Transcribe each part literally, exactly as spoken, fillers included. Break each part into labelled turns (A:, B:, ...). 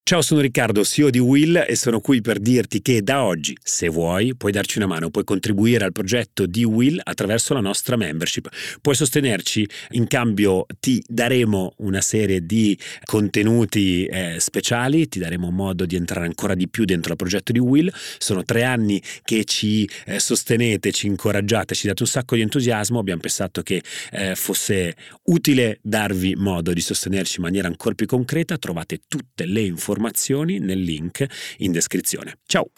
A: Ciao, sono Riccardo, C E O di Will, e sono qui per dirti che da oggi, se vuoi, puoi darci una mano, puoi contribuire al progetto di Will attraverso la nostra membership. Puoi sostenerci, in cambio ti daremo una serie di contenuti eh, speciali, ti daremo modo di entrare ancora di più dentro il progetto di Will. Sono tre anni che ci eh, sostenete, ci incoraggiate, ci date un sacco di entusiasmo. Abbiamo pensato che eh, fosse utile darvi modo di sostenerci in maniera ancora più concreta. Trovate tutte le informazioni informazioni nel link in descrizione. Ciao!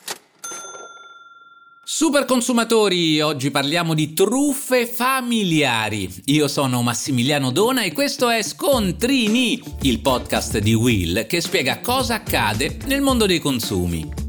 B: Super consumatori, oggi parliamo di truffe familiari. Io sono Massimiliano Dona e questo è Scontrini, il podcast di Will che spiega cosa accade nel mondo dei consumi.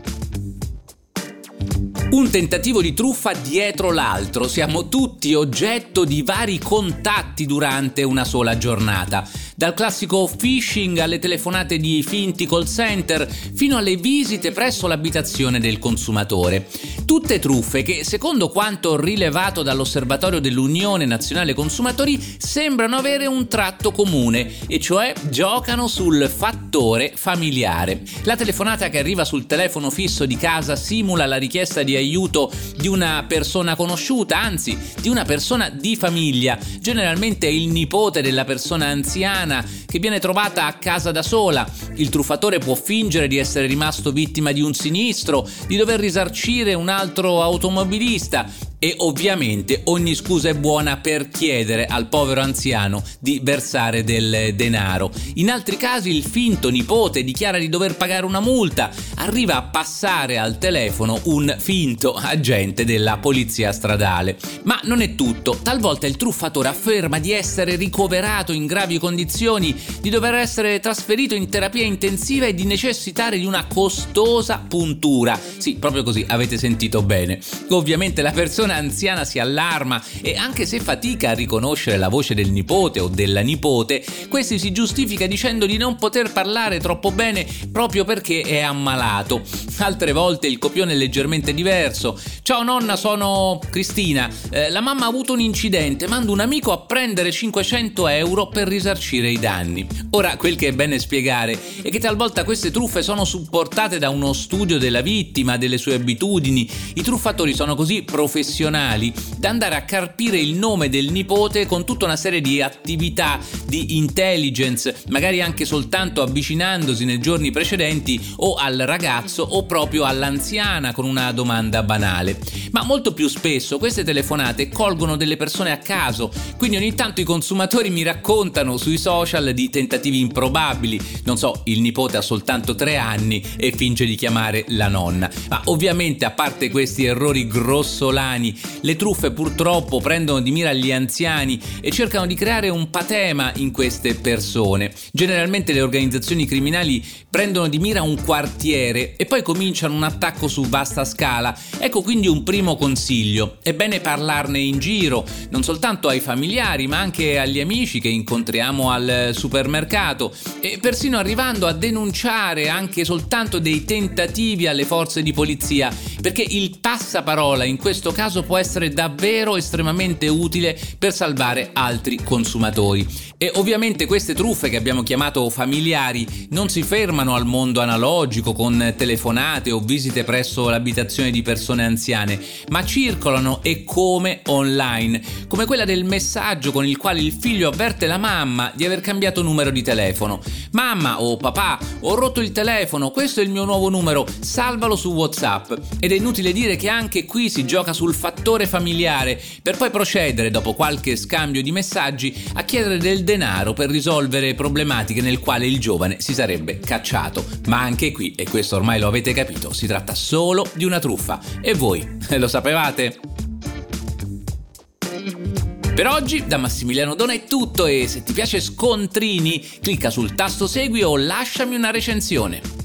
B: Un tentativo di truffa dietro l'altro, siamo tutti oggetto di vari contatti durante una sola giornata. Dal classico phishing alle telefonate di finti call center fino alle visite presso l'abitazione del consumatore. Tutte truffe che, secondo quanto rilevato dall'Osservatorio dell'Unione Nazionale Consumatori, sembrano avere un tratto comune, e cioè giocano sul fattore familiare. La telefonata che arriva sul telefono fisso di casa simula la richiesta di aiuto di una persona conosciuta, anzi di una persona di famiglia. Generalmente è il nipote della persona anziana che viene trovata a casa da sola. Il truffatore può fingere di essere rimasto vittima di un sinistro, di dover risarcire un altro automobilista, e ovviamente ogni scusa è buona per chiedere al povero anziano di versare del denaro. In altri casi il finto nipote dichiara di dover pagare una multa, arriva a passare al telefono un finto agente della polizia stradale. Ma non è tutto, talvolta il truffatore afferma di essere ricoverato in gravi condizioni, di dover essere trasferito in terapia intensiva e di necessitare di una costosa puntura. Sì, proprio così, avete sentito bene. Ovviamente la persona anziana si allarma e, anche se fatica a riconoscere la voce del nipote o della nipote, questi si giustifica dicendo di non poter parlare troppo bene proprio perché è ammalato. Altre volte il copione è leggermente diverso. Ciao nonna, sono Cristina, eh, la mamma ha avuto un incidente, mando un amico a prendere cinquecento euro per risarcire i danni. Ora, quel che è bene spiegare è che talvolta queste truffe sono supportate da uno studio della vittima, delle sue abitudini. I truffatori sono così professionali da andare a carpire il nome del nipote con tutta una serie di attività di intelligence, magari anche soltanto avvicinandosi nei giorni precedenti o al ragazzo o proprio all'anziana con una domanda banale. Ma molto più spesso queste telefonate colgono delle persone a caso, quindi ogni tanto i consumatori mi raccontano sui social di tentativi improbabili. Non so, il nipote ha soltanto tre anni e finge di chiamare la nonna. Ma ovviamente, a parte questi errori grossolani, le truffe purtroppo prendono di mira gli anziani e cercano di creare un patema in queste persone. Generalmente le organizzazioni criminali prendono di mira un quartiere e poi cominciano un attacco su vasta scala. Ecco quindi un primo consiglio: è bene parlarne in giro, non soltanto ai familiari ma anche agli amici che incontriamo al supermercato, e persino arrivando a denunciare anche soltanto dei tentativi alle forze di polizia, perché il passaparola in questo caso può essere davvero estremamente utile per salvare altri consumatori. E ovviamente queste truffe, che abbiamo chiamato familiari, non si fermano al mondo analogico con telefonate o visite presso l'abitazione di persone anziane, ma circolano e come online, come quella del messaggio con il quale il figlio avverte la mamma di aver cambiato numero di telefono. Mamma o papà, ho rotto il telefono, questo è il mio nuovo numero, salvalo su WhatsApp. Ed è inutile dire che anche qui si gioca sul fattore familiare, per poi procedere, dopo qualche scambio di messaggi, a chiedere del denaro per risolvere problematiche nel quale il giovane si sarebbe cacciato. Ma anche qui, e questo ormai lo avete capito, si tratta solo di una truffa. E voi lo sapevate? Per oggi da Massimiliano Dona è tutto, e se ti piace Scontrini clicca sul tasto segui o lasciami una recensione.